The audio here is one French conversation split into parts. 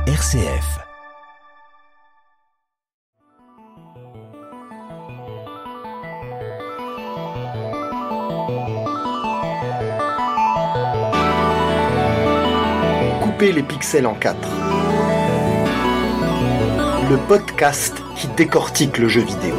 RCF. Couper les pixels en 4. Le podcast qui décortique le jeu vidéo.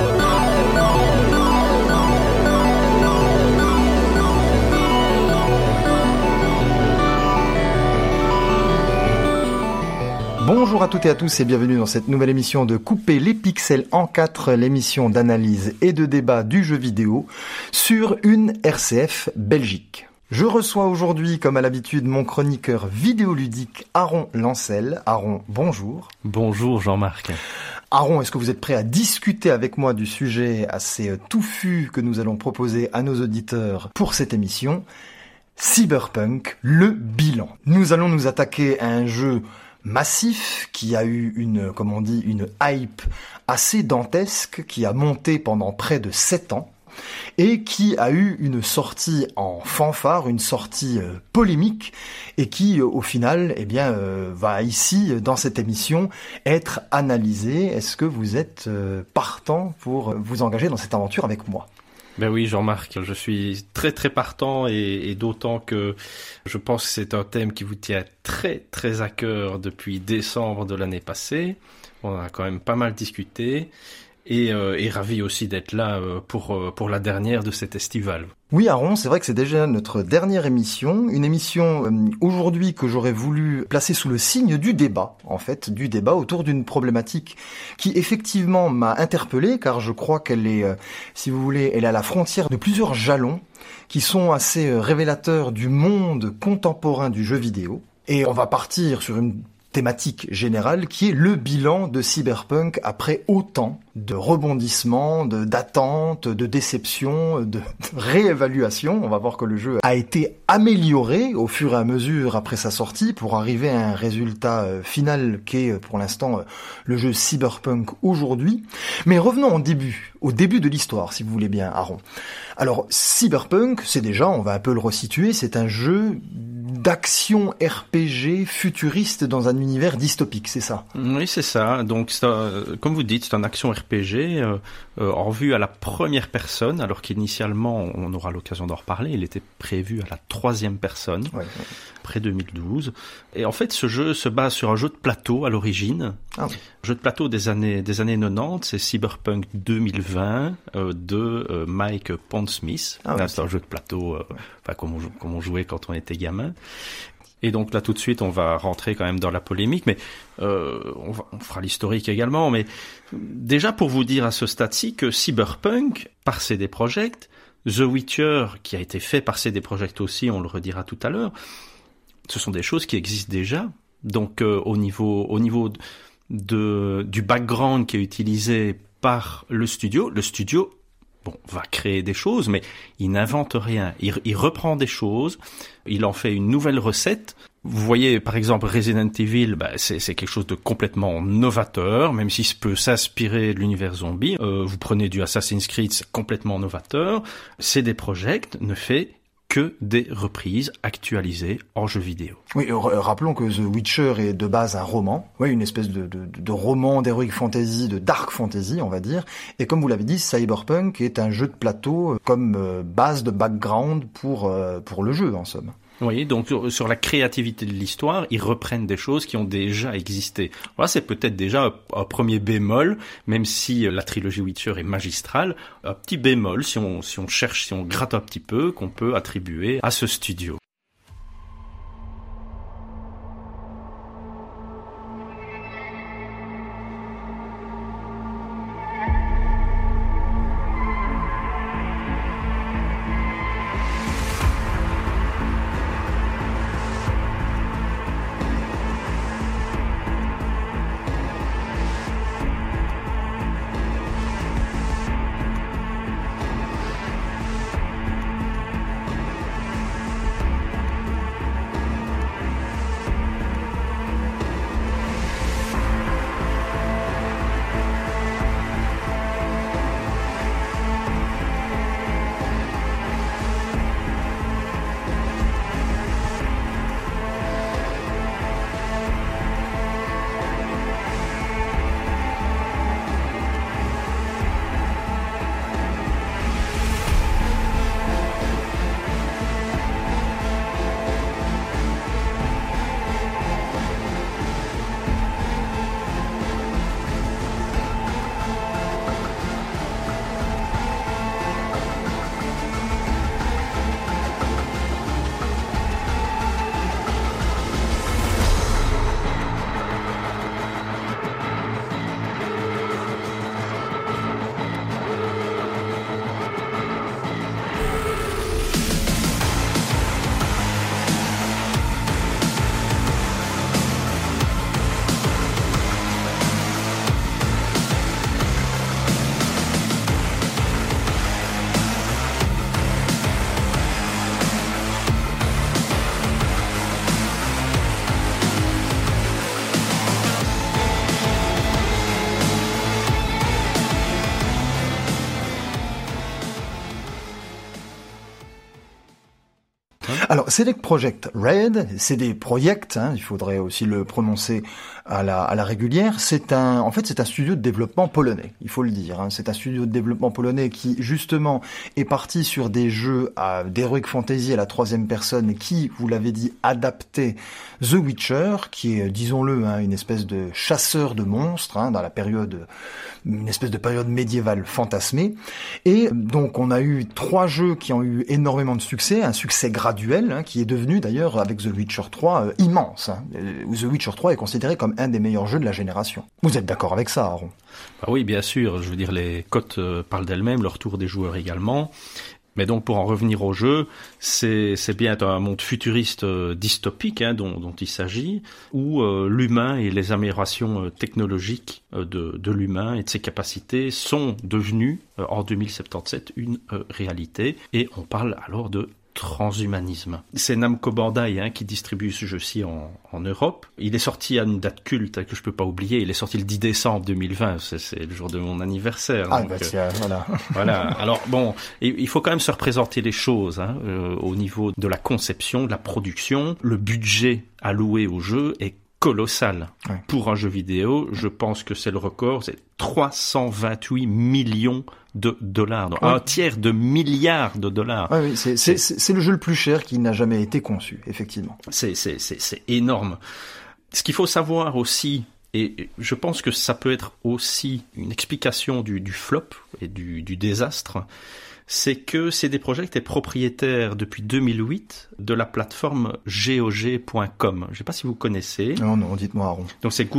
Bonjour à toutes et à tous et bienvenue dans cette nouvelle émission de Couper les pixels en 4, l'émission d'analyse et de débat du jeu vidéo sur une RCF Belgique. Je reçois aujourd'hui, comme à l'habitude, mon chroniqueur vidéoludique Aaron Lancel. Aaron, bonjour. Bonjour Jean-Marc. Aaron, est-ce que vous êtes prêt à discuter avec moi du sujet assez touffu que nous allons proposer à nos auditeurs pour cette émission ? Cyberpunk, le bilan. Nous allons nous attaquer à un jeu massif, qui a eu une hype assez dantesque, qui a monté pendant près de 7 ans, et qui a eu une sortie en fanfare, une sortie polémique, et qui, au final, va ici, dans cette émission, être analysé. Est-ce que vous êtes partant pour vous engager dans cette aventure avec moi ? Ben oui, Jean-Marc, je suis très très partant et d'autant que je pense que c'est un thème qui vous tient très très à cœur depuis décembre de l'année passée. On a quand même pas mal discuté et ravi aussi d'être là pour la dernière de cet estival. Oui, Aaron, c'est vrai que c'est déjà notre dernière émission, une émission aujourd'hui que j'aurais voulu placer sous le signe du débat, du débat autour d'une problématique qui effectivement m'a interpellé, car je crois qu'elle est, elle est à la frontière de plusieurs jalons qui sont assez révélateurs du monde contemporain du jeu vidéo. Et on va partir sur une thématique générale qui est le bilan de Cyberpunk après autant de rebondissements, d'attentes, de déceptions, de réévaluations. On va voir que le jeu a été amélioré au fur et à mesure après sa sortie pour arriver à un résultat final qui est pour l'instant le jeu Cyberpunk aujourd'hui. Mais revenons au début de l'histoire, si vous voulez bien, Aaron. Alors, Cyberpunk, c'est déjà, on va un peu le resituer, c'est un jeu d'action RPG futuriste dans un univers dystopique, c'est ça ? Oui, c'est ça. Donc, comme vous dites, c'est un action RPG en vue à la première personne, alors qu'initialement, on aura l'occasion d'en reparler, il était prévu à la 3e personne, après 2012. Et en fait, ce jeu se base sur un jeu de plateau à l'origine. Ah oui. Jeu de plateau des années 90, c'est Cyberpunk 2020 de Mike Pondsmith. Ah, là, c'est un jeu de plateau comme on jouait quand on était gamin. Et donc là, tout de suite, on va rentrer quand même dans la polémique, mais on fera l'historique également. Mais déjà, pour vous dire à ce stade-ci que Cyberpunk, par CD Projekt, The Witcher, qui a été fait par CD Projekt aussi, on le redira tout à l'heure, ce sont des choses qui existent déjà. Donc au niveau du background qui est utilisé par le studio va créer des choses, mais il n'invente rien. Il reprend des choses, il en fait une nouvelle recette. Vous voyez, par exemple, Resident Evil, c'est quelque chose de complètement novateur, même si ça peut s'inspirer de l'univers zombie. Vous prenez du Assassin's Creed, c'est complètement novateur. CD Projekt ne fait que des reprises actualisées en jeu vidéo. Oui, rappelons que The Witcher est de base un roman, une espèce de roman d'heroic fantasy, de dark fantasy, on va dire. Et comme vous l'avez dit, Cyberpunk est un jeu de plateau comme base de background pour le jeu, en somme. Oui, donc sur la créativité de l'histoire, ils reprennent des choses qui ont déjà existé. Voilà, c'est peut-être déjà un premier bémol, même si la trilogie Witcher est magistrale, un petit bémol si on cherche, si on gratte un petit peu, qu'on peut attribuer à ce studio. Select Project Red, CD Projekt, il faudrait aussi le prononcer à la régulière. C'est un studio de développement polonais, il faut le dire. C'est un studio de développement polonais qui justement est parti sur des jeux d'heroic fantasy à la troisième personne, qui, vous l'avez dit, adaptait The Witcher, qui est, disons-le, une espèce de chasseur de monstres dans une espèce de période médiévale fantasmée. Et donc on a eu 3 jeux qui ont eu énormément de succès, un succès graduel, qui est devenu d'ailleurs avec The Witcher 3 immense. The Witcher 3 est considéré comme un des meilleurs jeux de la génération. Vous êtes d'accord avec ça, Aaron ? Oui, bien sûr. Je veux dire, les cotes parlent d'elles-mêmes, le retour des joueurs également. Mais donc, pour en revenir au jeu, c'est bien un monde futuriste dystopique dont il s'agit, où l'humain et les améliorations technologiques de l'humain et de ses capacités sont devenus, en 2077, une réalité. Et on parle alors de transhumanisme. C'est Namco Bandai qui distribue ce jeu-ci en Europe. Il est sorti à une date culte que je peux pas oublier. Il est sorti le 10 décembre 2020. C'est le jour de mon anniversaire. Ah, donc, tiens, voilà. Voilà. Alors bon, il faut quand même se représenter les choses au niveau de la conception, de la production. Le budget alloué au jeu est colossal. Ouais. Pour un jeu vidéo, je pense que c'est le record, c'est 328 millions de dollars, donc un tiers de milliards de dollars. Oui, c'est le jeu le plus cher qui n'a jamais été conçu, effectivement. C'est énorme. Ce qu'il faut savoir aussi, et je pense que ça peut être aussi une explication du flop et du désastre, c'est que CD Projekt est propriétaire depuis 2008 de la plateforme GOG.com. Je ne sais pas si vous connaissez. Non, dites-moi, Aaron. Donc c'est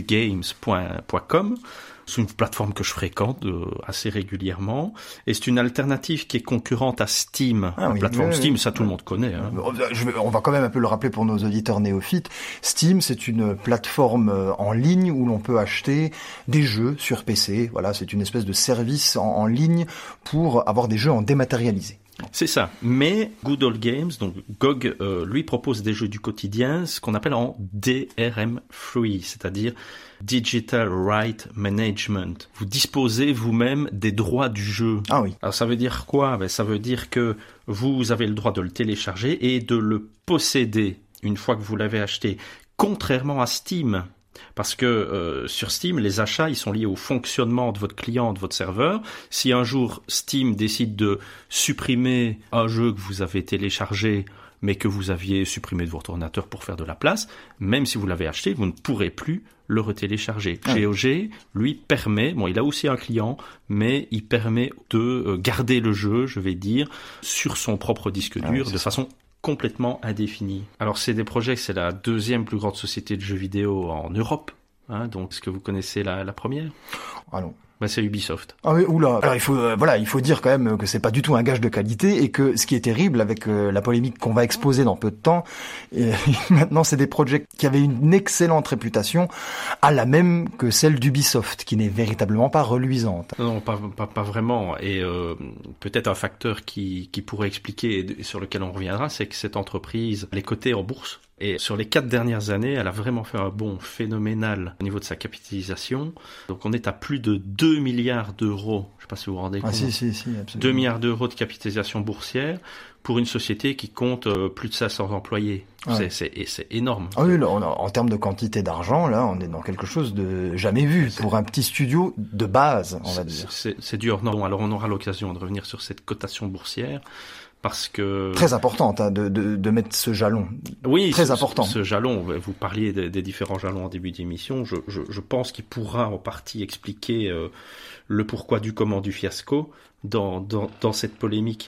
goodoldgames.com. C'est une plateforme que je fréquente assez régulièrement. Et c'est une alternative qui est concurrente à Steam. La plateforme Steam, ça tout le monde connaît. On va quand même un peu le rappeler pour nos auditeurs néophytes. Steam, c'est une plateforme en ligne où l'on peut acheter des jeux sur PC. Voilà, c'est une espèce de service en ligne pour avoir des jeux en dématérialisé. C'est ça. Mais Good Old Games, donc GOG, lui propose des jeux du quotidien, ce qu'on appelle en DRM free, c'est-à-dire Digital Right Management. Vous disposez vous-même des droits du jeu. Ah oui. Alors ça veut dire quoi ? Ça veut dire que vous avez le droit de le télécharger et de le posséder une fois que vous l'avez acheté. Contrairement à Steam. Parce que sur Steam, les achats, ils sont liés au fonctionnement de votre client, de votre serveur. Si un jour Steam décide de supprimer un jeu que vous avez téléchargé, mais que vous aviez supprimé de votre ordinateur pour faire de la place, même si vous l'avez acheté, vous ne pourrez plus le retélécharger. GOG, lui, permet, il a aussi un client, mais il permet de garder le jeu, je vais dire, sur son propre disque dur, de façon complètement indéfini. Alors CD Projekt, c'est la deuxième plus grande société de jeux vidéo en Europe. Donc, est-ce que vous connaissez la première ? Ah non. C'est Ubisoft. Ah oui, oula. Alors il faut dire quand même que c'est pas du tout un gage de qualité et que ce qui est terrible avec la polémique qu'on va exposer dans peu de temps, maintenant c'est des projets qui avaient une excellente réputation, à la même que celle d'Ubisoft, qui n'est véritablement pas reluisante. Non, pas vraiment. Et peut-être un facteur qui pourrait expliquer et sur lequel on reviendra, c'est que cette entreprise, elle est cotée en bourse. Et sur les 4 dernières années, elle a vraiment fait un bond phénoménal au niveau de sa capitalisation. Donc on est à plus de 2 milliards d'euros. Je ne sais pas si vous vous rendez compte. Ah si, absolument. 2 milliards d'euros de capitalisation boursière pour une société qui compte plus de 500 employés. Ouais. C'est énorme. Ah oui, là, en termes de quantité d'argent, là, on est dans quelque chose de jamais vu pour un petit studio de base, on va dire. C'est dur. Non, alors on aura l'occasion de revenir sur cette cotation boursière. Parce que très importante de mettre ce jalon. Oui, très important. Ce jalon, vous parliez des différents jalons en début d'émission. Je pense qu'il pourra en partie expliquer le pourquoi du comment du fiasco dans cette polémique.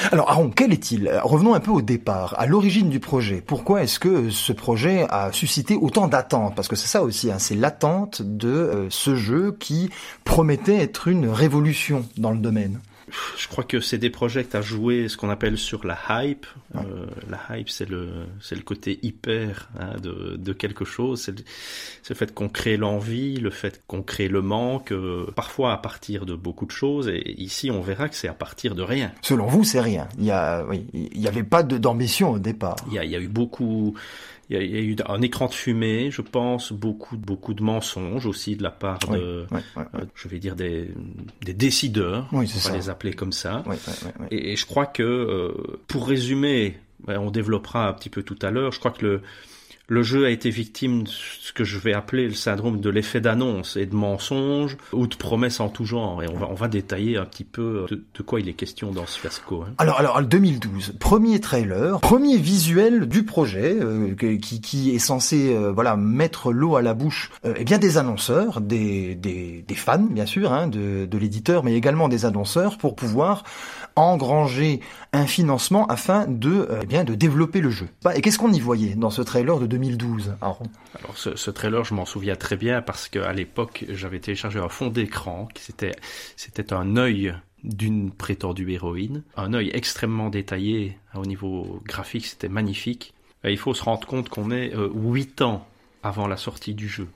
Alors Aaron, quel est-il ? Revenons un peu au départ, à l'origine du projet. Pourquoi est-ce que ce projet a suscité autant d'attentes ? Parce que c'est ça aussi, c'est l'attente de ce jeu qui promettait être une révolution dans le domaine. Je crois que c'est des projets que tu as joué ce qu'on appelle sur la hype. Ouais. La hype, c'est le côté hyper de quelque chose. C'est le fait qu'on crée l'envie, le fait qu'on crée le manque, parfois à partir de beaucoup de choses. Et ici, on verra que c'est à partir de rien. Selon vous, c'est rien. Il y avait pas d'ambition au départ. Il y a eu beaucoup. Il y a eu un écran de fumée, je pense, beaucoup de mensonges aussi de la part de, je vais dire des décideurs, on va les appeler comme ça. Et je crois que, pour résumer, on développera un petit peu tout à l'heure, je crois que le jeu a été victime de ce que je vais appeler le syndrome de l'effet d'annonce et de mensonges ou de promesses en tout genre. Et on va détailler un petit peu de quoi il est question dans ce fiasco. Alors 2012, premier trailer, premier visuel du projet qui est censé mettre l'eau à la bouche des annonceurs, des fans bien sûr de l'éditeur, mais également des annonceurs pour pouvoir engranger un financement afin de développer le jeu. Et qu'est-ce qu'on y voyait dans ce trailer de 2012, Aaron ? Alors ce trailer, je m'en souviens très bien parce qu'à l'époque, j'avais téléchargé un fond d'écran qui c'était un œil d'une prétendue héroïne, un œil extrêmement détaillé au niveau graphique, c'était magnifique. Et il faut se rendre compte qu'on est 8 ans avant la sortie du jeu.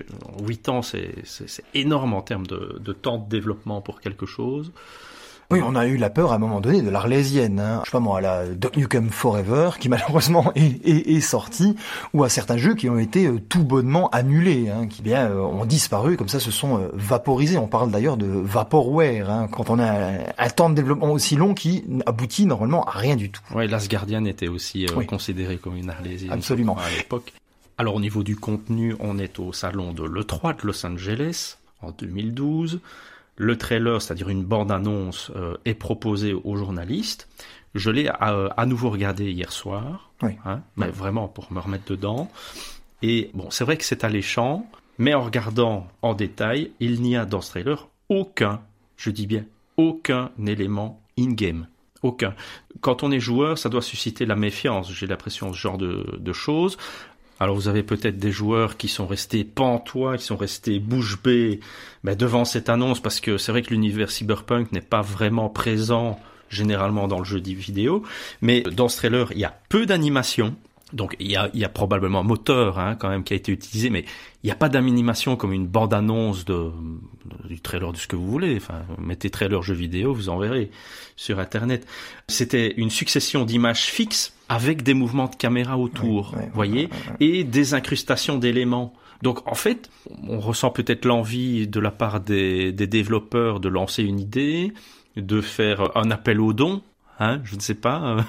8 ans, c'est énorme en termes de temps de développement pour quelque chose. Oui, on a eu la peur à un moment donné de l'Arlésienne, je sais pas moi, la Duke Nukem Forever, qui malheureusement est sortie, ou à certains jeux qui ont été tout bonnement annulés, qui ont disparu, comme ça se sont vaporisés. On parle d'ailleurs de vaporware, quand on a un temps de développement aussi long qui aboutit normalement à rien du tout. Oui, Last Guardian était aussi considéré comme une Arlésienne. Absolument. À l'époque. Alors au niveau du contenu, on est au salon de l'E3 de Los Angeles en 2012. Le trailer, c'est-à-dire une bande-annonce, est proposé aux journalistes. Je l'ai à nouveau regardé hier soir, mais vraiment pour me remettre dedans. Et bon, c'est vrai que c'est alléchant, mais en regardant en détail, il n'y a dans ce trailer aucun, je dis bien aucun élément in-game. Aucun. Quand on est joueur, ça doit susciter la méfiance, j'ai l'impression, ce genre de choses. Alors vous avez peut-être des joueurs qui sont restés pantois, qui sont restés bouche bée devant cette annonce, parce que c'est vrai que l'univers cyberpunk n'est pas vraiment présent généralement dans le jeu vidéo, mais dans ce trailer, il y a peu d'animation. Donc il y a probablement un moteur quand même qui a été utilisé, mais il n'y a pas d'animation comme une bande-annonce du trailer de ce que vous voulez. Enfin, mettez trailer jeu vidéo, vous en verrez sur Internet. C'était une succession d'images fixes avec des mouvements de caméra autour, voyez, et des incrustations d'éléments. Donc en fait, on ressent peut-être l'envie de la part des développeurs de lancer une idée, de faire un appel aux dons, je ne sais pas.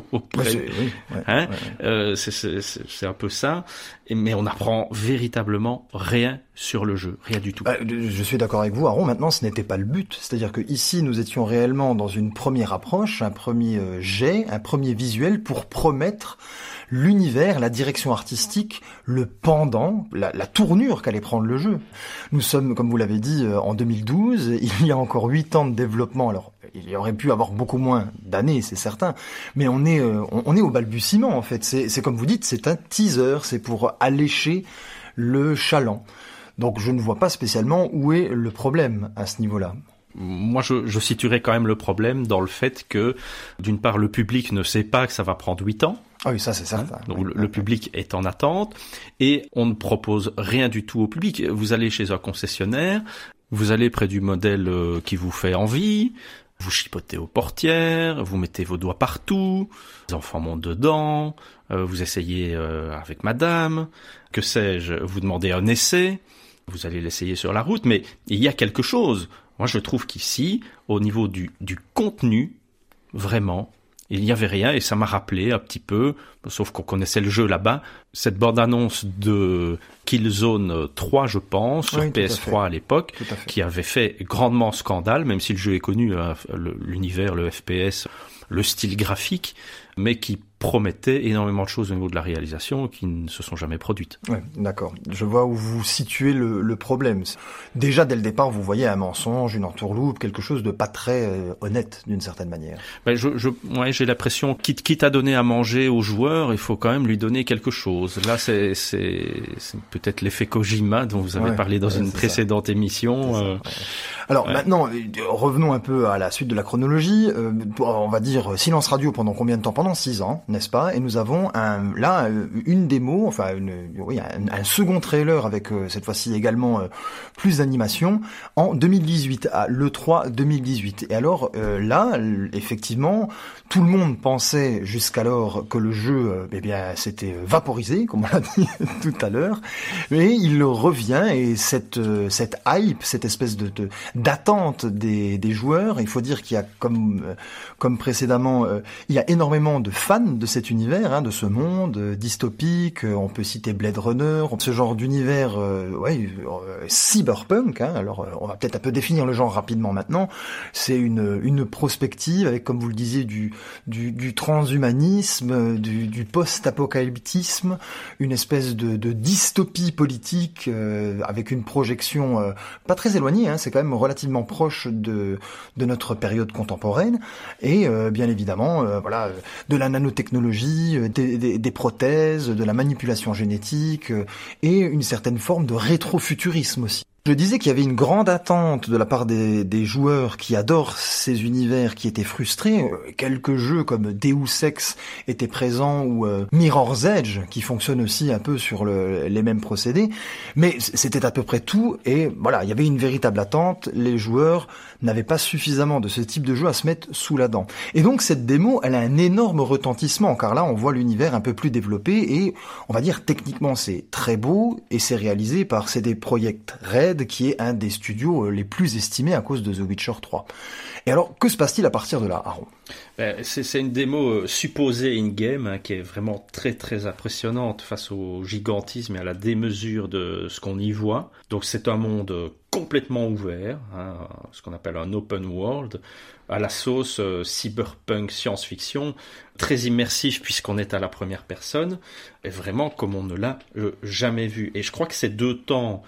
C'est un peu ça, mais on n'apprend véritablement rien sur le jeu, rien du tout. Je suis d'accord avec vous, Aaron. Maintenant, ce n'était pas le but. C'est-à-dire que ici, nous étions réellement dans une première approche, un premier jet, un premier visuel pour promettre l'univers, la direction artistique, le pendant, la tournure qu'allait prendre le jeu. Nous sommes, comme vous l'avez dit, en 2012. Il y a encore 8 ans de développement. Alors, il y aurait pu avoir beaucoup moins d'années, c'est certain. Mais on est au balbutiement, en fait. C'est comme vous dites, c'est un teaser. C'est pour allécher le chaland. Donc, je ne vois pas spécialement où est le problème à ce niveau-là. Moi, je situerais quand même le problème dans le fait que, d'une part, le public ne sait pas que ça va prendre 8 ans. Ah oui, ça c'est certain. Donc le public est en attente et on ne propose rien du tout au public. Vous allez chez un concessionnaire, vous allez près du modèle qui vous fait envie, vous chipotez aux portières, vous mettez vos doigts partout, les enfants montent dedans, vous essayez avec madame, que sais-je, vous demandez un essai, vous allez l'essayer sur la route, mais il y a quelque chose. Moi je trouve qu'ici, au niveau du contenu, vraiment, il n'y avait rien et ça m'a rappelé un petit peu, sauf qu'on connaissait le jeu là-bas, cette bande-annonce de Killzone 3, je pense, sur PS3 à l'époque, qui avait fait grandement scandale, même si le jeu est connu, l'univers, le FPS, le style graphique, mais qui promettait énormément de choses au niveau de la réalisation qui ne se sont jamais produites. Ouais, d'accord. Je vois où vous situez le problème. Déjà, dès le départ, vous voyez un mensonge, une entourloupe, quelque chose de pas très honnête, d'une certaine manière. Ben, j'ai l'impression, quitte à donner à manger aux joueurs, il faut quand même lui donner quelque chose. Là, c'est peut-être l'effet Kojima dont vous avez parlé dans une précédente émission. Alors maintenant, revenons un peu à la suite de la chronologie. On va dire silence radio pendant combien de temps ? Pendant 6 ans, n'est-ce pas ? Et nous avons une démo, enfin un second trailer avec cette fois-ci également plus d'animation en 2018, à l'E3 2018. Et alors là, effectivement, tout le monde pensait jusqu'alors que le jeu s'était vaporisé, comme on l'a dit tout à l'heure. Mais il revient et cette hype, cette espèce d'attente des joueurs. Il faut dire qu'il y a comme précédemment, il y a énormément de fans de cet univers, de ce monde dystopique. On peut citer Blade Runner, ce genre d'univers, cyberpunk. Alors, on va peut-être un peu définir le genre rapidement maintenant. C'est une prospective avec, comme vous le disiez, du transhumanisme, du post-apocalyptisme, une espèce de dystopie politique avec une projection pas très éloignée. C'est quand même relativement proche de notre période contemporaine et bien évidemment de la nanotechnologie, des prothèses, de la manipulation génétique et une certaine forme de rétrofuturisme aussi. Je disais qu'il y avait une grande attente de la part des joueurs qui adorent ces univers, qui étaient frustrés. Quelques jeux comme Deus Ex étaient présents ou Mirror's Edge, qui fonctionne aussi un peu sur les mêmes procédés. Mais c'était à peu près tout. Et voilà, il y avait une véritable attente. Les joueurs n'avaient pas suffisamment de ce type de jeu à se mettre sous la dent. Et donc cette démo, elle a un énorme retentissement, car là, on voit l'univers un peu plus développé. Et on va dire, techniquement, c'est très beau. Et c'est réalisé par CD Projekt Red, qui est un des studios les plus estimés à cause de The Witcher 3. Et alors, que se passe-t-il à partir de là, Aaron ? C'est une démo supposée in-game qui est vraiment très très impressionnante face au gigantisme et à la démesure de ce qu'on y voit. Donc c'est un monde complètement ouvert, ce qu'on appelle un open world, à la sauce cyberpunk science-fiction, très immersif puisqu'on est à la première personne, et vraiment comme on ne l'a jamais vu. Et je crois que ces 2 temps,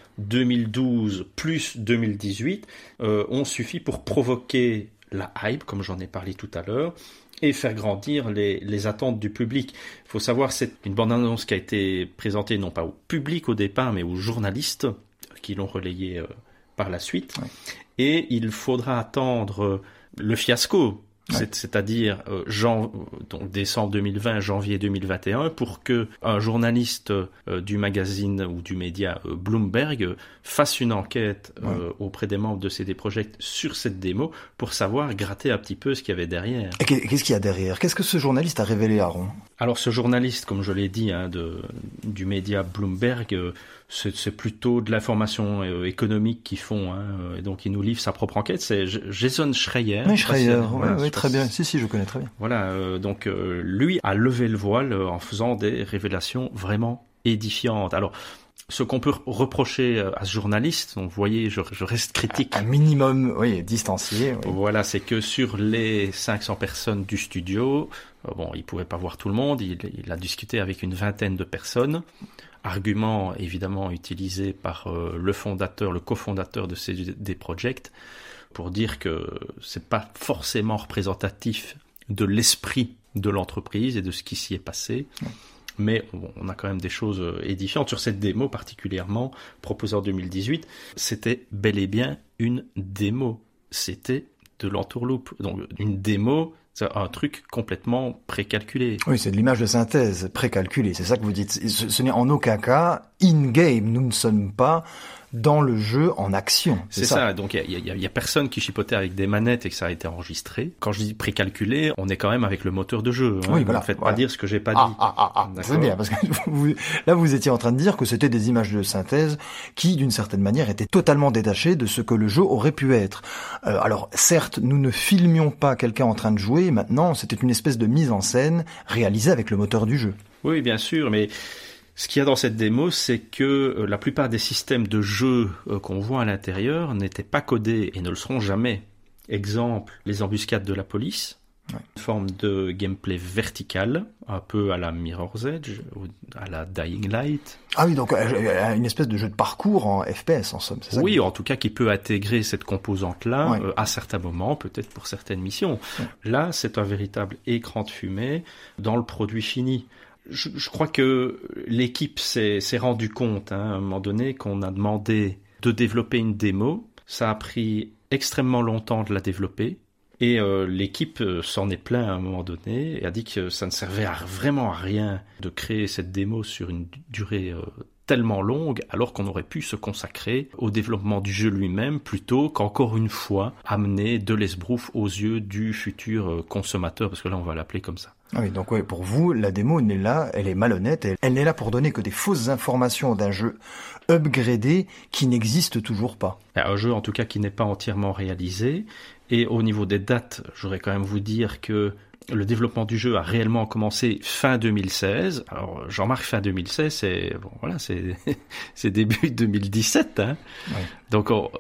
2012 plus 2018, ont suffi pour provoquer la hype, comme j'en ai parlé tout à l'heure, et faire grandir les attentes du public. Il faut savoir, c'est une bande-annonce qui a été présentée non pas au public au départ, mais aux journalistes qui l'ont relayée par la suite. Ouais. Et il faudra attendre le fiasco, c'est-à-dire donc décembre 2020, janvier 2021, pour que un journaliste du magazine ou du média Bloomberg fasse une enquête auprès des membres de CD Projekt sur cette démo pour savoir gratter un petit peu ce qu'il y avait derrière. Et qu'est-ce qu'il y a derrière ? Qu'est-ce que ce journaliste a révélé, Aaron ? Alors ce journaliste, comme je l'ai dit, du média Bloomberg, c'est plutôt de l'information économique qu'ils font, et donc il nous livre sa propre enquête. C'est Jason Schreier. Oui, Schreier, oui, très bien. Si, je connais très bien. Voilà, donc lui a levé le voile en faisant des révélations vraiment édifiantes. Alors, ce qu'on peut reprocher à ce journaliste, donc vous voyez, je reste critique. Un minimum, distancié. Oui. Voilà, c'est que sur les 500 personnes du studio, il pouvait pas voir tout le monde, il a discuté avec une vingtaine de personnes. Argument évidemment utilisé par le cofondateur de CD Projekt pour dire que c'est pas forcément représentatif de l'esprit de l'entreprise et de ce qui s'y est passé. Mais on a quand même des choses édifiantes sur cette démo particulièrement proposée en 2018. C'était bel et bien une démo. C'était de l'entourloupe. Donc une démo, c'est un truc complètement précalculé. Oui, c'est de l'image de synthèse précalculée. C'est ça que vous dites. Ce n'est en aucun cas in-game. Nous ne sommes pas dans le jeu en action. C'est ça. Donc il y a personne qui chipotait avec des manettes et que ça a été enregistré. Quand je dis précalculé, on est quand même avec le moteur de jeu. Oui, voilà. Ne faites pas dire ce que j'ai pas dit. C'est bien, parce que vous étiez en train de dire que c'était des images de synthèse qui, d'une certaine manière, étaient totalement détachées de ce que le jeu aurait pu être. Alors, certes, nous ne filmions pas quelqu'un en train de jouer. Maintenant, c'était une espèce de mise en scène réalisée avec le moteur du jeu. Oui, bien sûr, mais ce qu'il y a dans cette démo, c'est que la plupart des systèmes de jeu qu'on voit à l'intérieur n'étaient pas codés et ne le seront jamais. Exemple, les embuscades de la police, Une forme de gameplay vertical, un peu à la Mirror's Edge, ou à la Dying Light. Ah oui, donc une espèce de jeu de parcours en FPS en somme, c'est ça? Oui, en tout cas qui peut intégrer cette composante-là à certains moments, peut-être pour certaines missions. Là, c'est un véritable écran de fumée dans le produit fini. Je crois que l'équipe s'est rendu compte à un moment donné qu'on a demandé de développer une démo. Ça a pris extrêmement longtemps de la développer. Et l'équipe s'en est plaint à un moment donné et a dit que ça ne servait vraiment à rien de créer cette démo sur une durée tellement longue, alors qu'on aurait pu se consacrer au développement du jeu lui-même plutôt qu'encore une fois amener de l'esbrouf aux yeux du futur consommateur, parce que là on va l'appeler comme ça. Ah oui, donc pour vous, la démo n'est là, elle est malhonnête, elle n'est là pour donner que des fausses informations d'un jeu upgradé qui n'existe toujours pas. Un jeu en tout cas qui n'est pas entièrement réalisé. Et au niveau des dates, j'aurais quand même vous dire que le développement du jeu a réellement commencé fin 2016. Alors, Jean-Marc, fin 2016, c'est début 2017, hein. Ouais. Donc, en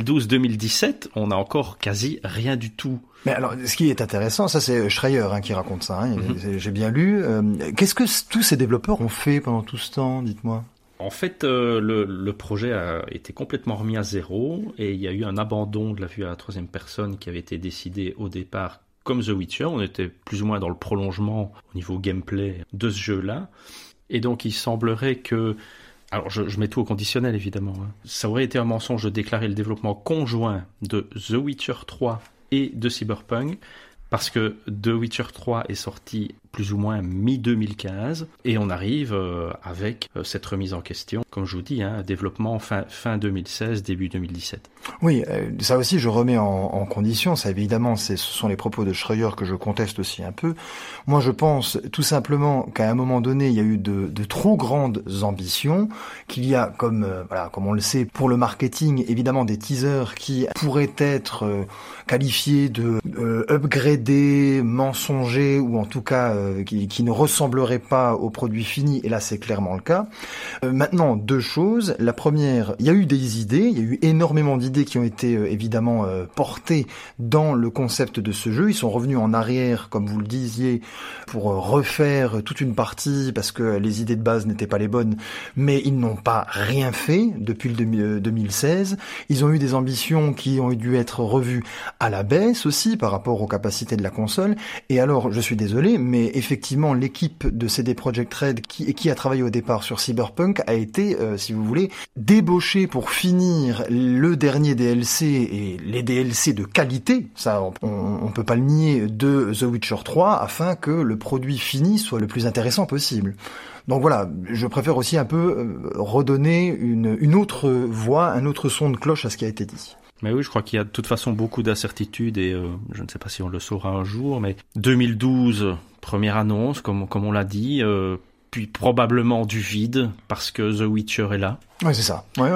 2012-2017, on a encore quasi rien du tout. Mais alors, ce qui est intéressant, ça c'est Schreier qui raconte ça, hein. J'ai bien lu. Qu'est-ce que tous ces développeurs ont fait pendant tout ce temps, dites-moi? En fait, le projet a été complètement remis à zéro et il y a eu un abandon de la vue à la troisième personne qui avait été décidé au départ comme The Witcher. On était plus ou moins dans le prolongement au niveau gameplay de ce jeu-là. Et donc, il semblerait que... Alors, je mets tout au conditionnel, évidemment. Hein. Ça aurait été un mensonge de déclarer le développement conjoint de The Witcher 3 et de Cyberpunk, parce que The Witcher 3 est sorti plus ou moins mi-2015, et on arrive avec cette remise en question, comme je vous dis, hein, développement fin 2016, début 2017. Oui, ça aussi je remets en condition, ça évidemment ce sont les propos de Schreier que je conteste aussi un peu. Moi je pense tout simplement qu'à un moment donné il y a eu de trop grandes ambitions, qu'il y a comme on le sait pour le marketing évidemment des teasers qui pourraient être qualifiés de upgradés, mensongers ou en tout cas qui ne ressemblerait pas au produit fini, et là c'est clairement le cas. Maintenant, deux choses. La première, il y a eu des idées, il y a eu énormément d'idées qui ont été évidemment portées dans le concept de ce jeu. Ils sont revenus en arrière, comme vous le disiez, pour refaire toute une partie parce que les idées de base n'étaient pas les bonnes, mais ils n'ont pas rien fait depuis le 2016. Ils ont eu des ambitions qui ont dû être revues à la baisse aussi par rapport aux capacités de la console. Et alors, je suis désolé, mais effectivement, l'équipe de CD Projekt Red qui a travaillé au départ sur Cyberpunk a été, si vous voulez, débauchée pour finir le dernier DLC et les DLC de qualité, ça on peut pas le nier, de The Witcher 3 afin que le produit fini soit le plus intéressant possible. Donc voilà, je préfère aussi un peu redonner une autre voix, un autre son de cloche à ce qui a été dit. Mais oui, je crois qu'il y a de toute façon beaucoup d'incertitudes et je ne sais pas si on le saura un jour, mais 2012, première annonce, comme on l'a dit, puis probablement du vide parce que The Witcher est là. Ouais, c'est ça. Ouais,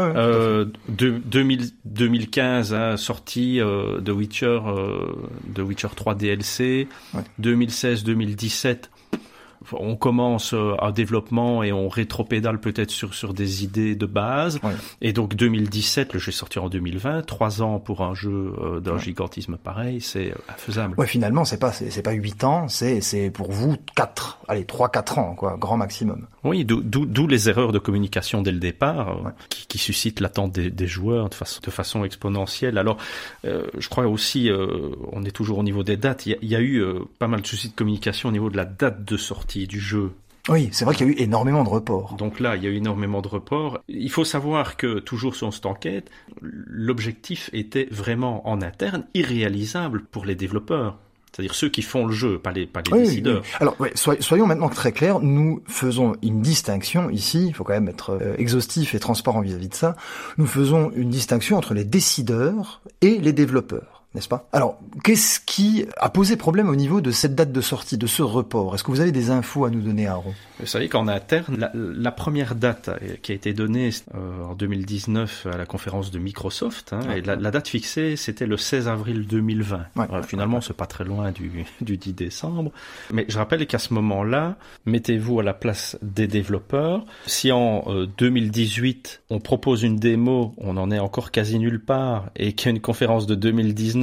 2015, hein, sortie The Witcher 3 DLC. Ouais. 2016-2017. On commence un développement et on rétropédale peut-être sur des idées de base. Ouais. Et donc 2017, le jeu est sorti en 2020. 3 ans pour un jeu d'un gigantisme pareil, c'est infaisable. Ouais, finalement, c'est pas 8 ans, c'est pour vous 3-4 ans, quoi, grand maximum. Oui, d'où les erreurs de communication dès le départ, qui suscitent l'attente des joueurs de façon exponentielle. Alors, je crois aussi, on est toujours au niveau des dates. Il y a eu pas mal de soucis de communication au niveau de la date de sortie du jeu. Oui, c'est vrai qu'il y a eu énormément de reports. Donc là, il y a eu énormément de reports. Il faut savoir que, toujours sur cette enquête, l'objectif était vraiment en interne irréalisable pour les développeurs. C'est-à-dire ceux qui font le jeu, pas les décideurs. Oui. Alors, soyons maintenant très clairs, nous faisons une distinction ici, il faut quand même être exhaustif et transparent vis-à-vis de ça, nous faisons une distinction entre les décideurs et les développeurs. N'est-ce pas? Alors, qu'est-ce qui a posé problème au niveau de cette date de sortie, de ce report? Est-ce que vous avez des infos à nous donner, Aaron? Vous savez qu'en interne, la première date qui a été donnée en 2019 à la conférence de Microsoft, et la date fixée, c'était le 16 avril 2020. Finalement, c'est pas très loin du 10 décembre. Mais je rappelle qu'à ce moment-là, mettez-vous à la place des développeurs. Si en 2018, on propose une démo, on en est encore quasi nulle part, et qu'il y a une conférence de 2019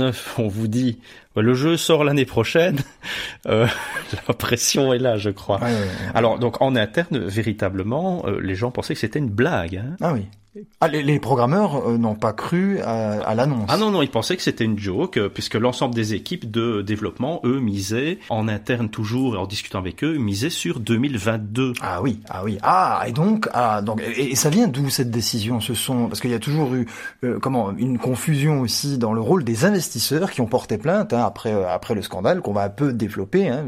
2019, on vous dit le jeu sort l'année prochaine, la pression est là, je crois. Ouais. Alors donc en interne, véritablement, les gens pensaient que c'était une blague. Hein. Ah oui. Ah, les programmeurs n'ont pas cru à l'annonce. Ah non, ils pensaient que c'était une joke, puisque l'ensemble des équipes de développement, eux, misaient, en interne toujours, et en discutant avec eux, misaient sur 2022. Ah oui. Et donc, et ça vient d'où cette décision? Parce qu'il y a toujours eu, une confusion aussi dans le rôle des investisseurs qui ont porté plainte, hein, après le scandale qu'on va un peu développer, hein.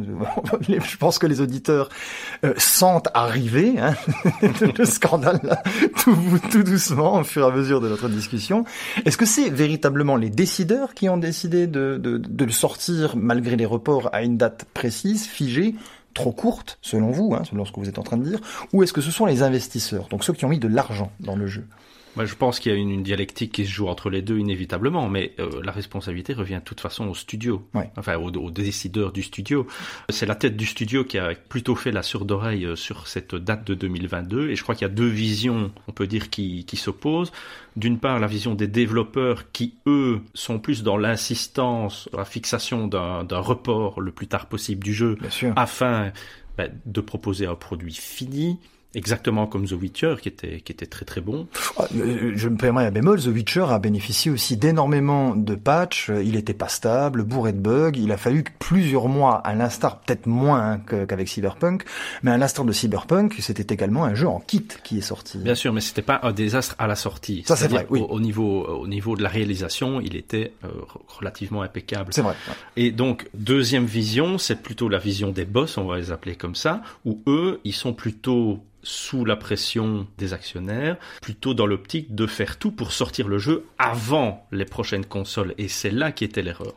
Je pense que les auditeurs sentent arriver, hein, le scandale, là, tout doucement au fur et à mesure de notre discussion. Est-ce que c'est véritablement les décideurs qui ont décidé de le sortir malgré les reports à une date précise, figée, trop courte selon vous, hein, selon ce que vous êtes en train de dire, ou est-ce que ce sont les investisseurs, donc ceux qui ont mis de l'argent dans le jeu? Je pense qu'il y a une dialectique qui se joue entre les deux inévitablement, mais la responsabilité revient de toute façon au studio, enfin aux décideurs du studio. C'est la tête du studio qui a plutôt fait la sourde oreille sur cette date de 2022, et je crois qu'il y a deux visions, on peut dire, qui s'opposent. D'une part, la vision des développeurs qui, eux, sont plus dans l'insistance, la fixation d'un report le plus tard possible du jeu, afin de proposer un produit fini. Exactement comme The Witcher, qui était très très bon. Je me permets un bémol, The Witcher a bénéficié aussi d'énormément de patchs, il était pas stable, bourré de bugs, il a fallu plusieurs mois, à l'instar, peut-être moins qu'avec Cyberpunk, mais à l'instar de Cyberpunk, c'était également un jeu en kit qui est sorti. Bien sûr, mais c'était pas un désastre à la sortie. Ça c'est vrai, oui. Au niveau de la réalisation, il était relativement impeccable. C'est vrai. Ouais. Et donc, deuxième vision, c'est plutôt la vision des boss, on va les appeler comme ça, où eux, ils sont plutôt sous la pression des actionnaires, plutôt dans l'optique de faire tout pour sortir le jeu avant les prochaines consoles. Et c'est là qui était l'erreur.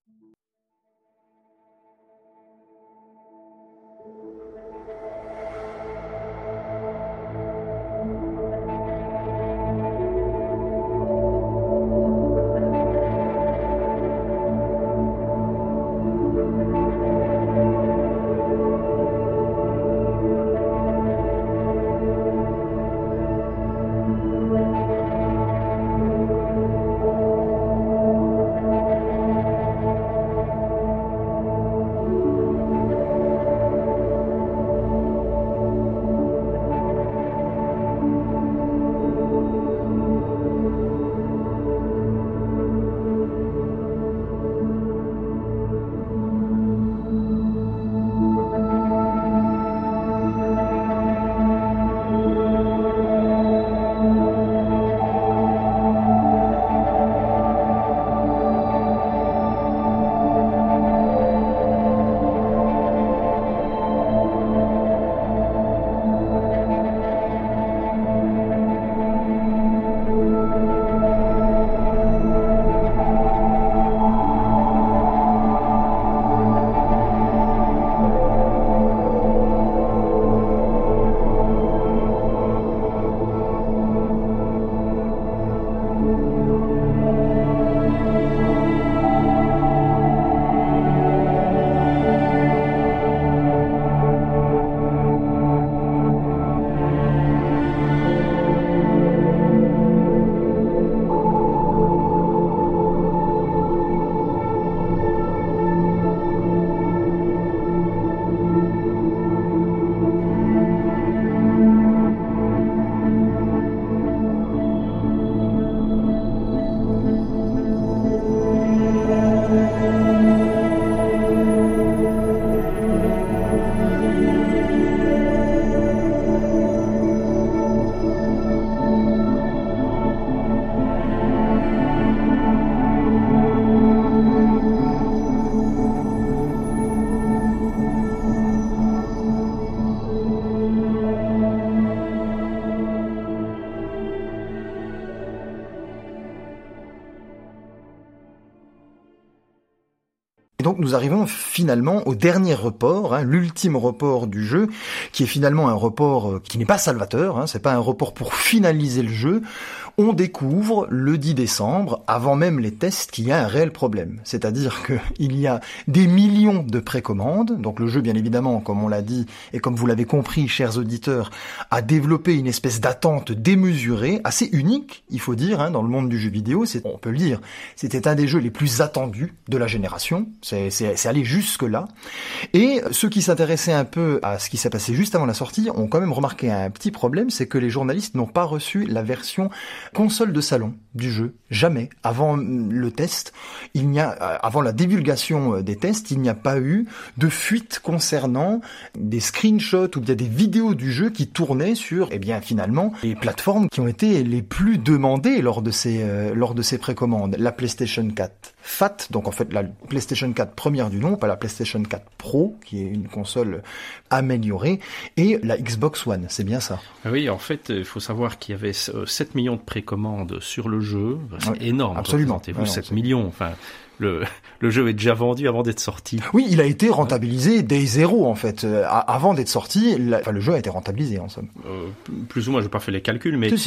donc nous arrivons finalement au dernier report, hein, l'ultime report du jeu, qui est finalement un report qui n'est pas salvateur, hein, c'est pas un report pour finaliser le jeu. on découvre le 10 décembre, avant même les tests, qu'il y a un réel problème. C'est-à-dire qu'il y a des millions de précommandes. Donc le jeu, bien évidemment, comme on l'a dit, et comme vous l'avez compris, chers auditeurs, a développé une espèce d'attente démesurée, assez unique, il faut dire, dans le monde du jeu vidéo. On peut le dire, c'était un des jeux les plus attendus de la génération. C'est allé jusque-là. Et ceux qui s'intéressaient un peu à ce qui s'est passé juste avant la sortie ont quand même remarqué un petit problème, c'est que les journalistes n'ont pas reçu la version console de salon du jeu. Jamais. Avant le test, avant la divulgation des tests, il n'y a pas eu de fuite concernant des screenshots ou bien des vidéos du jeu qui tournaient sur, finalement, les plateformes qui ont été les plus demandées lors de ces précommandes. La PlayStation 4 Fat, donc en fait la PlayStation 4 première du nom, pas la PlayStation 4 Pro, qui est une console améliorée, et la Xbox One, c'est bien ça? Oui, en fait, il faut savoir qu'il y avait 7 millions de précommandes sur le jeu. C'est énorme. Absolument. Représentez-vous 7 millions. Enfin, le jeu est déjà vendu avant d'être sorti. Oui, il a été rentabilisé dès zéro, en fait. Avant d'être sorti, le jeu a été rentabilisé, en somme. Plus ou moins, je n'ai pas fait les calculs, mais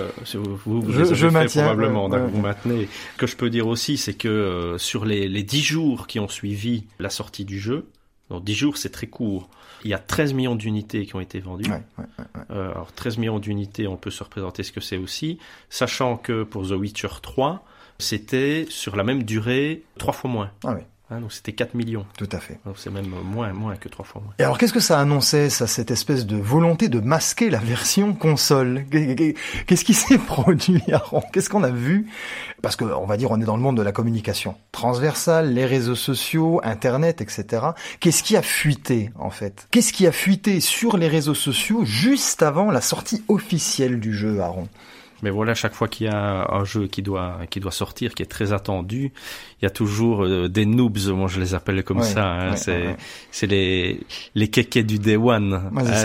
je maintiens. Probablement, vous maintenez. Ce que je peux dire aussi, c'est que sur les 10 jours qui ont suivi la sortie du jeu, donc 10 jours, c'est très court. Il y a 13 millions d'unités qui ont été vendues. Alors 13 millions d'unités, on peut se représenter ce que c'est aussi, sachant que pour The Witcher 3, c'était sur la même durée 3 fois moins. Ah oui. Donc c'était 4 millions. Tout à fait. Donc c'est même moins que 3 fois moins. Et alors qu'est-ce que ça annonçait, ça, cette espèce de volonté de masquer la version console? Qu'est-ce qui s'est produit, Aaron? Qu'est-ce qu'on a vu? Parce que, on va dire, on est dans le monde de la communication transversale, les réseaux sociaux, Internet, etc. Qu'est-ce qui a fuité, en fait? Qu'est-ce qui a fuité sur les réseaux sociaux juste avant la sortie officielle du jeu, Aaron? Mais voilà, chaque fois qu'il y a un jeu qui doit sortir, qui est très attendu, il y a toujours des noobs, moi je les appelle comme ça. C'est les kékés du Day One,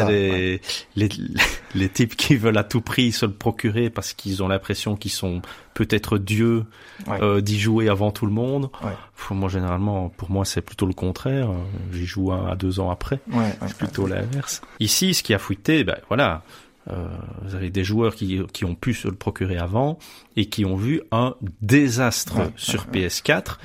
les types qui veulent à tout prix se le procurer parce qu'ils ont l'impression qu'ils sont peut-être dieux d'y jouer avant tout le monde. Moi généralement, pour moi c'est plutôt le contraire. J'y joue 1 à 2 ans après. C'est plutôt l'inverse. Ici, ce qui a fuité, vous avez des joueurs qui ont pu se le procurer avant et qui ont vu un désastre sur PS4,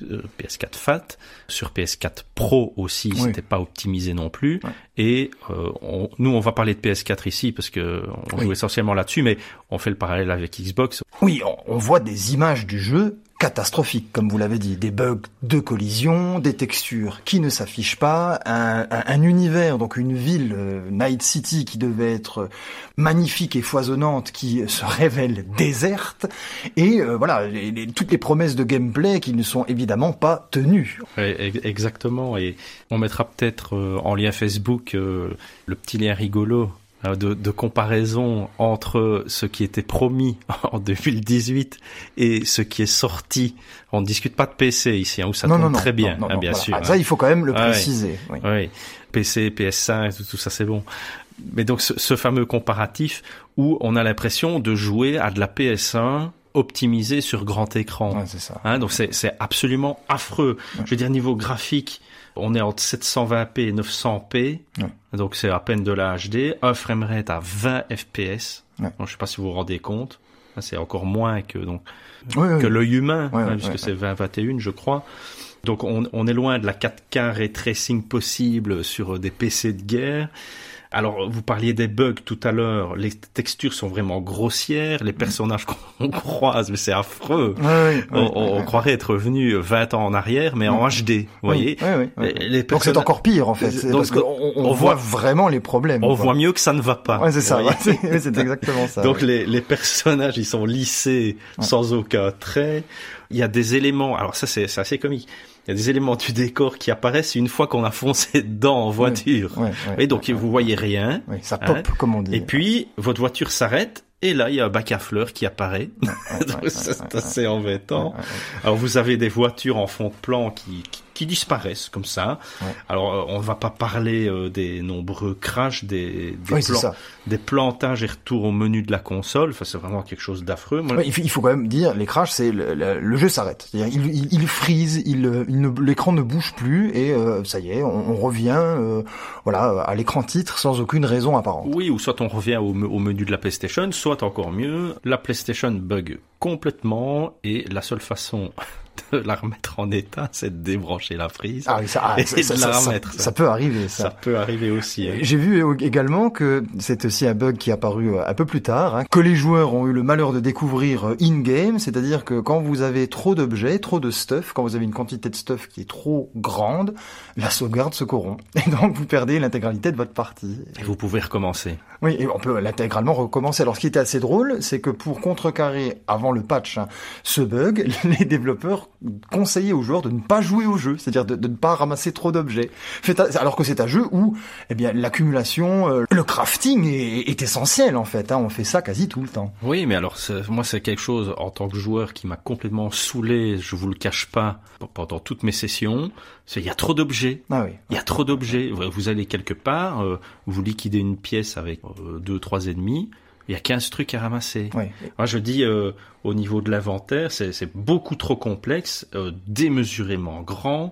PS4 Fat, sur PS4 Pro aussi, c'était pas optimisé non plus. Et nous, on va parler de PS4 ici parce que on joue essentiellement là-dessus, mais on fait le parallèle avec Xbox. Oui, on voit des images du jeu catastrophiques, comme vous l'avez dit, des bugs de collision, des textures qui ne s'affichent pas, un univers, donc une ville, Night City, qui devait être magnifique et foisonnante, qui se révèle déserte, et toutes les promesses de gameplay qui ne sont évidemment pas tenues. Exactement, et on mettra peut-être en lien Facebook le petit lien rigolo de comparaison entre ce qui était promis en 2018 et ce qui est sorti. On ne discute pas de PC ici, où ça tourne très bien, bien sûr. Ça, il faut quand même le préciser. Oui. PC, PS5, tout ça, c'est bon. Mais donc, ce fameux comparatif où on a l'impression de jouer à de la PS1 optimisée sur grand écran. C'est ça. Donc, c'est absolument affreux. Je veux dire, niveau graphique, on est entre 720p et 900p, donc c'est à peine de la HD, un framerate à 20 fps. Donc, je ne sais pas si vous vous rendez compte, c'est encore moins que l'œil humain, puisque c'est 20-21, je crois. Donc on est loin de la 4K ray tracing possible sur des PC de guerre. Alors, vous parliez des bugs tout à l'heure. Les textures sont vraiment grossières. Les personnages qu'on croise, mais c'est affreux. On croirait être revenu 20 ans en arrière, mais en HD. Vous voyez? Donc c'est encore pire, en fait. Parce qu'on voit vraiment les problèmes. On voit mieux que ça ne va pas. C'est ça. C'est exactement ça. Donc les personnages, ils sont lissés sans aucun trait. Il y a des éléments. Alors ça, c'est assez comique. Il y a des éléments du décor qui apparaissent une fois qu'on a foncé dedans en voiture. Et donc, vous voyez rien. Ça pop, comme on dit. Et puis, votre voiture s'arrête. Et là, il y a un bac à fleurs qui apparaît. C'est assez embêtant. Alors, vous avez des voitures en fond de plan qui disparaissent comme ça. Ouais. Alors, on va pas parler des nombreux crashs, des plantages et retours au menu de la console. Enfin, c'est vraiment quelque chose d'affreux. Moi, il faut quand même dire, les crashs, c'est le jeu s'arrête. C'est-à-dire, il freeze, l'écran ne bouge plus et ça y est, on revient, à l'écran titre sans aucune raison apparente. Oui, ou soit on revient au menu de la PlayStation, soit encore mieux, la PlayStation bug complètement et la seule façon de la remettre en état, c'est de débrancher la prise et de la remettre. Ça peut arriver, ça. Ça peut arriver aussi. J'ai vu également que c'est aussi un bug qui est apparu un peu plus tard, que les joueurs ont eu le malheur de découvrir in-game, c'est-à-dire que quand vous avez trop d'objets, trop de stuff, quand vous avez une quantité de stuff qui est trop grande, la sauvegarde se corrompt. Et donc vous perdez l'intégralité de votre partie. Et vous pouvez recommencer. Oui, et on peut l'intégralement recommencer. Alors ce qui était assez drôle, c'est que pour contrecarrer, avant le patch, ce bug, les développeurs conseillaient aux joueurs de ne pas jouer au jeu, c'est-à-dire de ne pas ramasser trop d'objets. Alors que c'est un jeu où, l'accumulation, le crafting est essentiel en fait. On fait ça quasi tout le temps. Oui, mais alors moi c'est quelque chose en tant que joueur qui m'a complètement saoulé. Je vous le cache pas pendant toutes mes sessions. Il y a trop d'objets. Ah oui. Il y a trop d'objets. Vous allez quelque part, vous liquidez une pièce avec 2-3 ennemis. Il y a 15 trucs à ramasser. Oui. Moi, je dis, au niveau de l'inventaire, c'est beaucoup trop complexe, démesurément grand.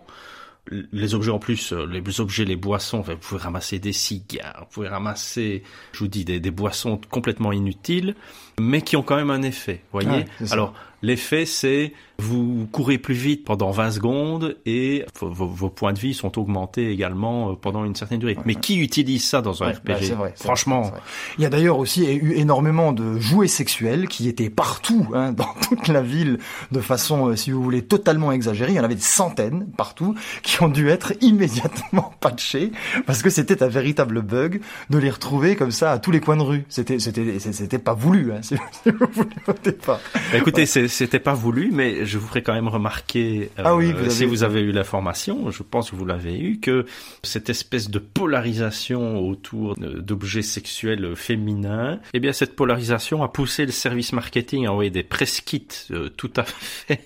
Les objets en plus, les boissons, vous pouvez ramasser des cigares, vous pouvez ramasser, je vous dis, des boissons complètement inutiles, mais qui ont quand même un effet, voyez. Alors, l'effet, c'est vous courez plus vite pendant 20 secondes et vos points de vie sont augmentés également pendant une certaine durée. Mais qui utilise ça dans un RPG? C'est vrai, franchement. C'est vrai. Il y a d'ailleurs aussi eu énormément de jouets sexuels qui étaient partout, dans toute la ville, de façon, si vous voulez, totalement exagérée. Il y en avait des centaines partout qui ont dû être immédiatement patchés parce que c'était un véritable bug de les retrouver comme ça à tous les coins de rue. C'était pas voulu, si vous voulez au départ. Écoutez, c'était pas voulu, mais je vous ferai quand même remarquer, si vous avez eu l'information, je pense que vous l'avez eu, que cette espèce de polarisation autour d'objets sexuels féminins, eh bien cette polarisation a poussé le service marketing à envoyer des press kits tout à fait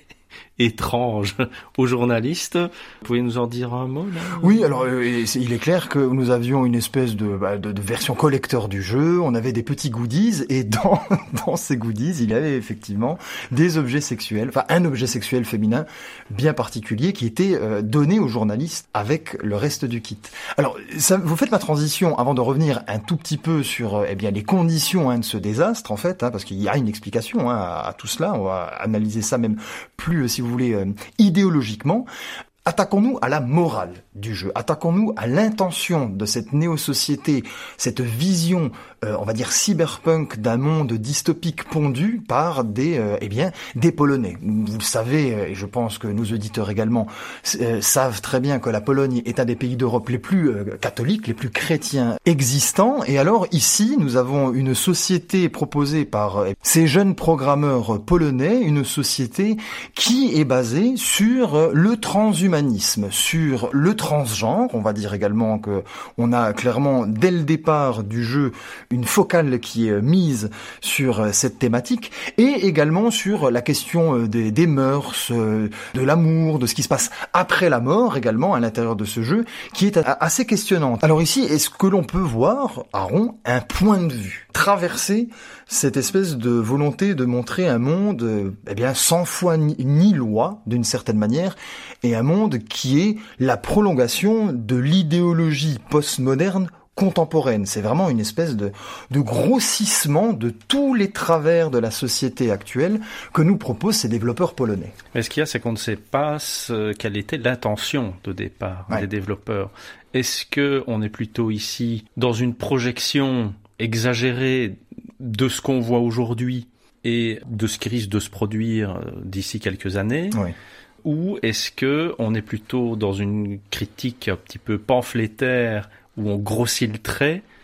étrange aux journalistes. Vous pouvez nous en dire un mot là? Oui, alors il est clair que nous avions une espèce de version collector du jeu, on avait des petits goodies et dans ces goodies, il y avait effectivement des objets sexuels, enfin un objet sexuel féminin bien particulier qui était donné aux journalistes avec le reste du kit. Alors ça, vous faites ma transition avant de revenir un tout petit peu sur les conditions de ce désastre en fait, parce qu'il y a une explication à tout cela, on va analyser ça même plus si vous voulez, idéologiquement. Attaquons-nous à la morale du jeu, attaquons-nous à l'intention de cette néo-société, cette vision, on va dire cyberpunk d'un monde dystopique pondu par des Polonais. Vous le savez, et je pense que nos auditeurs également savent très bien que la Pologne est un des pays d'Europe les plus catholiques, les plus chrétiens existants. Et alors ici, nous avons une société proposée par ces jeunes programmeurs polonais, une société qui est basée sur le transhumanisme, sur le transgenre. On va dire également que on a clairement dès le départ du jeu une focale qui est mise sur cette thématique et également sur la question des mœurs, de l'amour, de ce qui se passe après la mort également à l'intérieur de ce jeu qui est assez questionnante. Alors ici, est-ce que l'on peut voir, Aaron, un point de vue traverser cette espèce de volonté de montrer un monde sans foi ni loi d'une certaine manière et un monde qui est la prolongation de l'idéologie postmoderne contemporaine. C'est vraiment une espèce de grossissement de tous les travers de la société actuelle que nous proposent ces développeurs polonais. Mais ce qu'il y a, c'est qu'on ne sait pas quelle était l'intention de départ des développeurs. Est-ce que on est plutôt ici dans une projection exagérée de ce qu'on voit aujourd'hui et de ce qui risque de se produire d'ici quelques années? Oui. Ou est-ce que on est plutôt dans une critique un petit peu pamphlétaire où on grossit le trait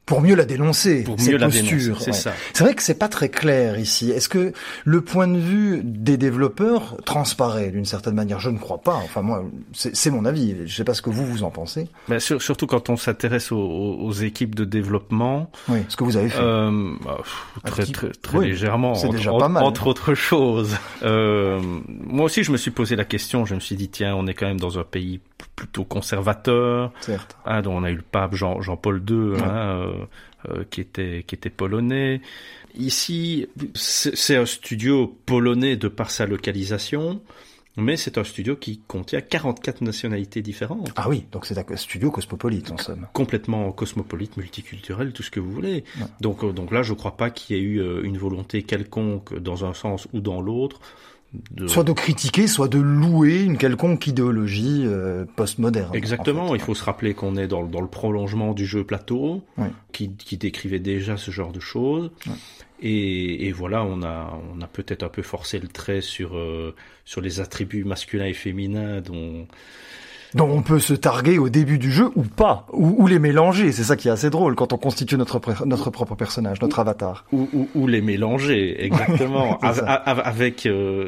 Pour mieux la dénoncer, pour cette mieux la posture. Dénoncer, c'est ça. C'est vrai que c'est pas très clair ici. Est-ce que le point de vue des développeurs transparaît d'une certaine manière? Je ne crois pas. Enfin, moi, c'est mon avis. Je sais pas ce que vous en pensez. Ben, surtout quand on s'intéresse aux équires de développement. Oui, ce que vous avez fait. Très légèrement. C'est déjà pas mal. Entre autres choses. Moi aussi, je me suis posé la question. Je me suis dit, tiens, on est quand même dans un pays plutôt conservateur. Certes. Dont on a eu le pape Jean-Paul II, qui était polonais. Ici, c'est un studio polonais de par sa localisation, mais c'est un studio qui contient 44 nationalités différentes. Ah oui, donc c'est un studio cosmopolite en somme. Complètement cosmopolite, multiculturel, tout ce que vous voulez. Ouais. Donc là, je crois pas qu'il y ait eu une volonté quelconque dans un sens ou dans l'autre. Soit de critiquer, soit de louer une quelconque idéologie postmoderne. Exactement, en fait. Il faut se rappeler qu'on est dans le prolongement du jeu Plateau, qui décrivait déjà ce genre de choses. Ouais. Et voilà, on a peut-être un peu forcé le trait sur les attributs masculins et féminins dont on peut se targuer au début du jeu ou pas, ou les mélanger. C'est ça qui est assez drôle quand on constitue notre propre personnage, notre avatar. Ou les mélanger, exactement. Avec,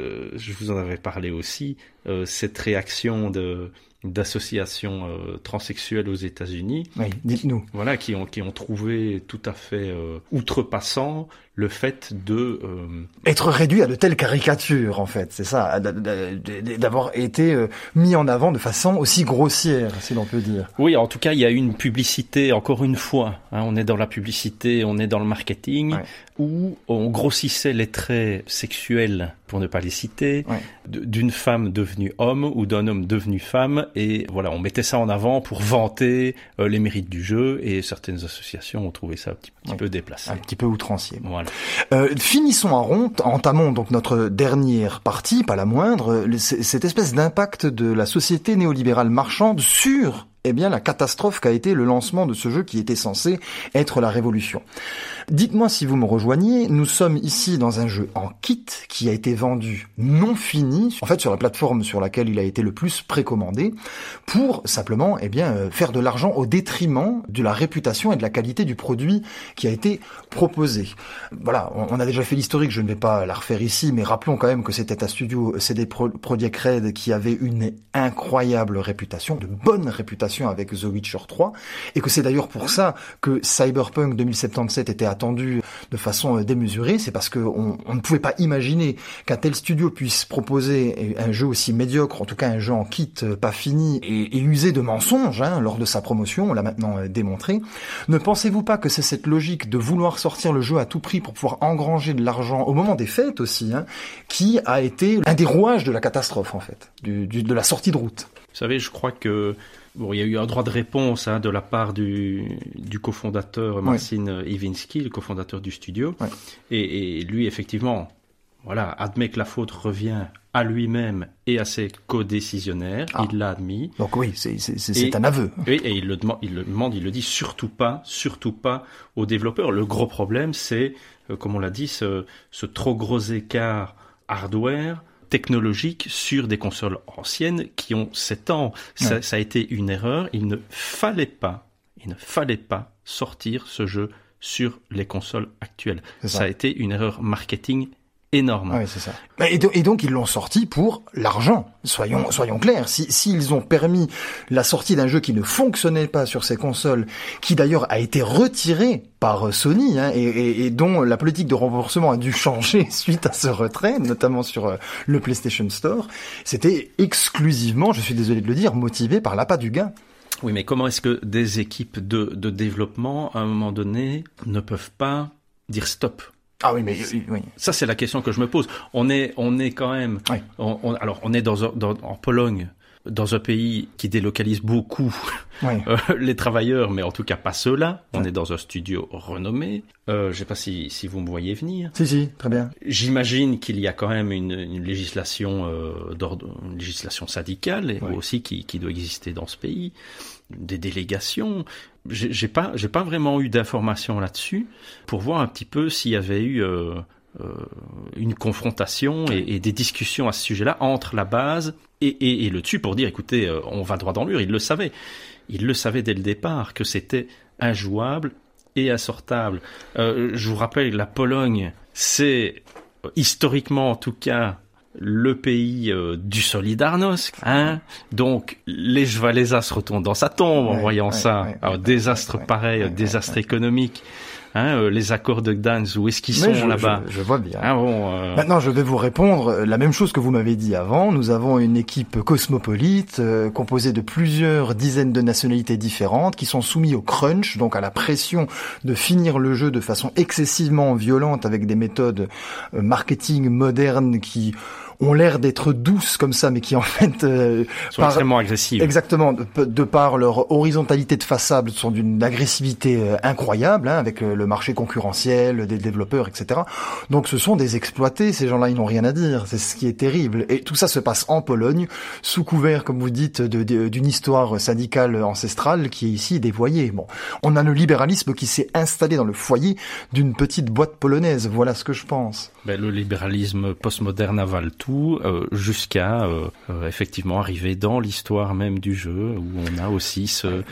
je vous en avais parlé aussi, cette réaction d'associations transsexuelles aux États-Unis. Oui, dites-nous. Voilà, qui ont trouvé tout à fait outrepassant le fait de être réduit à de telles caricatures, en fait, c'est ça, d'avoir été mis en avant de façon aussi grossière, si l'on peut dire. Oui, en tout cas, il y a eu une publicité, encore une fois, on est dans la publicité, on est dans le marketing, où on grossissait les traits sexuels, pour ne pas les citer, d'une femme devenue homme ou d'un homme devenu femme, et voilà, on mettait ça en avant pour vanter les mérites du jeu, et certaines associations ont trouvé ça un petit peu déplacé. Un petit peu outrancier. Voilà. Finissons en rond, entamons donc notre dernière partie, pas la moindre, cette espèce d'impact de la société néolibérale marchande sur la catastrophe qu'a été le lancement de ce jeu qui était censé être la révolution. Dites-moi si vous me rejoignez, nous sommes ici dans un jeu en kit qui a été vendu non fini, en fait sur la plateforme sur laquelle il a été le plus précommandé, pour simplement faire de l'argent au détriment de la réputation et de la qualité du produit qui a été proposé. Voilà, on a déjà fait l'historique, je ne vais pas la refaire ici, mais rappelons quand même que c'était un studio CD Projekt Red qui avait une incroyable réputation, de bonne réputation avec The Witcher 3, et que c'est d'ailleurs pour ça que Cyberpunk 2077 était attendu de façon démesurée. C'est parce que on ne pouvait pas imaginer qu'un tel studio puisse proposer un jeu aussi médiocre, en tout cas un jeu en kit pas fini et usé de mensonges lors de sa promotion, on l'a maintenant démontré. Ne pensez-vous pas que c'est cette logique de vouloir sortir le jeu à tout prix pour pouvoir engranger de l'argent au moment des fêtes aussi, qui a été un des rouages de la catastrophe en fait, de la sortie de route? Vous savez, je crois que il y a eu un droit de réponse de la part du cofondateur Marcin Iwiński, le cofondateur du studio, et lui effectivement, admet que la faute revient à lui-même et à ses co-décisionnaires. Il l'a admis. Donc oui, c'est un aveu. Oui, et il le dit surtout pas aux développeurs. Le gros problème, c'est, comme on l'a dit, ce trop gros écart hardware technologique sur des consoles anciennes qui ont 7 ans. Ça a été une erreur. Il ne fallait pas sortir ce jeu sur les consoles actuelles. Ça a été une erreur marketing énorme. Oui, c'est ça. Et donc ils l'ont sorti pour l'argent. Soyons clairs. S'ils ont permis la sortie d'un jeu qui ne fonctionnait pas sur ces consoles, qui d'ailleurs a été retiré par Sony, et dont la politique de remboursement a dû changer suite à ce retrait, notamment sur le PlayStation Store, c'était exclusivement, je suis désolé de le dire, motivé par l'appât du gain. Oui, mais comment est-ce que des équipes de développement, à un moment donné, ne peuvent pas dire stop ? Ah oui, mais oui. Ça, c'est la question que je me pose. On est quand même. Oui. On est en Pologne, dans un pays qui délocalise beaucoup les travailleurs, mais en tout cas pas ceux-là. On est dans un studio renommé. Je sais pas si vous me voyez venir. Si, très bien. J'imagine qu'il y a quand même une législation une législation syndicale aussi qui doit exister dans ce pays, des délégations. J'ai pas vraiment eu d'informations là-dessus pour voir un petit peu s'il y avait eu une confrontation et des discussions à ce sujet-là entre la base et le dessus pour dire écoutez, on va droit dans le mur. Il le savait dès le départ que c'était injouable et assortable. Je vous rappelle, la Pologne, c'est historiquement en tout cas le pays du Solidarnosc, hein. Donc les Jvalesa se retournent dans sa tombe en voyant ça. Alors désastre pareil, désastre économique. Hein, les accords de Gdansk, où est-ce qu'ils sont là-bas? Je vois bien. Ah bon, Maintenant, je vais vous répondre la même chose que vous m'avez dit avant. Nous avons une équipe cosmopolite composée de plusieurs dizaines de nationalités différentes qui sont soumis au crunch, donc à la pression de finir le jeu de façon excessivement violente avec des méthodes marketing modernes qui ont l'air d'être douces comme ça, mais qui en fait sont extrêmement agressives. Exactement, de par leur horizontalité de façade, sont d'une agressivité incroyable, hein, avec le marché concurrentiel, des développeurs, etc. Donc ce sont des exploités, ces gens-là, ils n'ont rien à dire. C'est ce qui est terrible. Et tout ça se passe en Pologne, sous couvert, comme vous dites, d'une histoire syndicale ancestrale qui est ici dévoyée. Bon, on a le libéralisme qui s'est installé dans le foyer d'une petite boîte polonaise. Voilà ce que je pense. Le libéralisme postmoderne avale tout, jusqu'à effectivement arriver dans l'histoire même du jeu, où on a aussi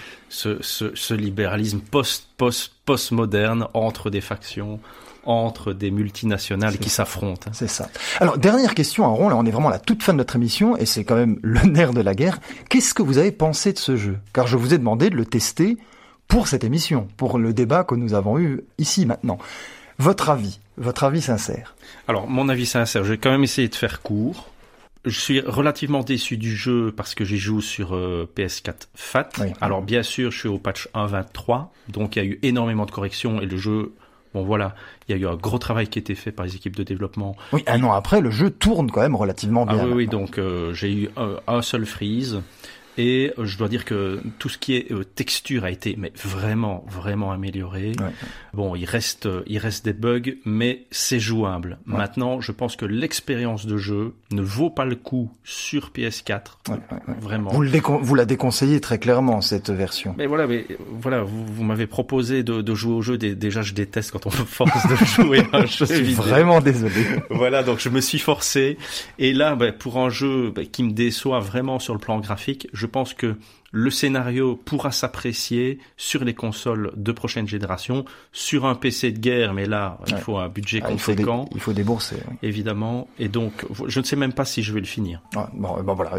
ce libéralisme postmoderne entre des factions, entre des multinationales qui s'affrontent. C'est ça. Alors, dernière question, Aaron, là on est vraiment à la toute fin de notre émission, et c'est quand même le nerf de la guerre. Qu'est-ce que vous avez pensé de ce jeu? Car je vous ai demandé de le tester pour cette émission, pour le débat que nous avons eu ici maintenant. Votre avis sincère. Alors, mon avis sincère, je vais quand même essayer de faire court. Je suis relativement déçu du jeu parce que j'y joue sur PS4 FAT. Oui. Alors, bien sûr, je suis au patch 1.23, donc il y a eu énormément de corrections et le jeu... Bon voilà, il y a eu un gros travail qui a été fait par les équipes de développement. Oui, un an après, le jeu tourne quand même relativement bien. Ah oui, donc j'ai eu un seul freeze. Et je dois dire que tout ce qui est texture a été vraiment amélioré. Ouais. Bon, il reste des bugs, mais c'est jouable. Ouais. Maintenant, je pense que l'expérience de jeu ne vaut pas le coup sur PS4. Ouais. Vraiment. Vous la déconseillez très clairement, cette version. Mais voilà, vous m'avez proposé de jouer au jeu. Déjà, je déteste quand on me force de jouer à un jeu vidéo. Je suis vraiment désolé. Voilà, donc je me suis forcé. Et là, pour un jeu qui me déçoit vraiment sur le plan graphique, je pense que le scénario pourra s'apprécier sur les consoles de prochaine génération, sur un PC de guerre, mais là, il faut un budget conséquent. Il faut débourser. Oui. Évidemment. Et donc, je ne sais même pas si je vais le finir. Bon, voilà.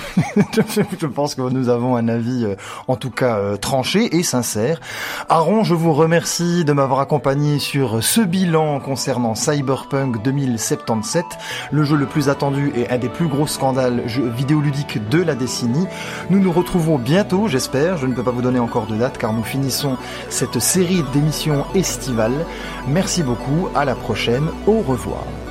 Je pense que nous avons un avis, en tout cas, tranché et sincère. Aaron, je vous remercie de m'avoir accompagné sur ce bilan concernant Cyberpunk 2077, le jeu le plus attendu et un des plus gros scandales vidéoludiques de la décennie. Nous nous retrouvons bientôt, j'espère. Je ne peux pas vous donner encore de date car nous finissons cette série d'émissions estivales. Merci beaucoup, à la prochaine, au revoir.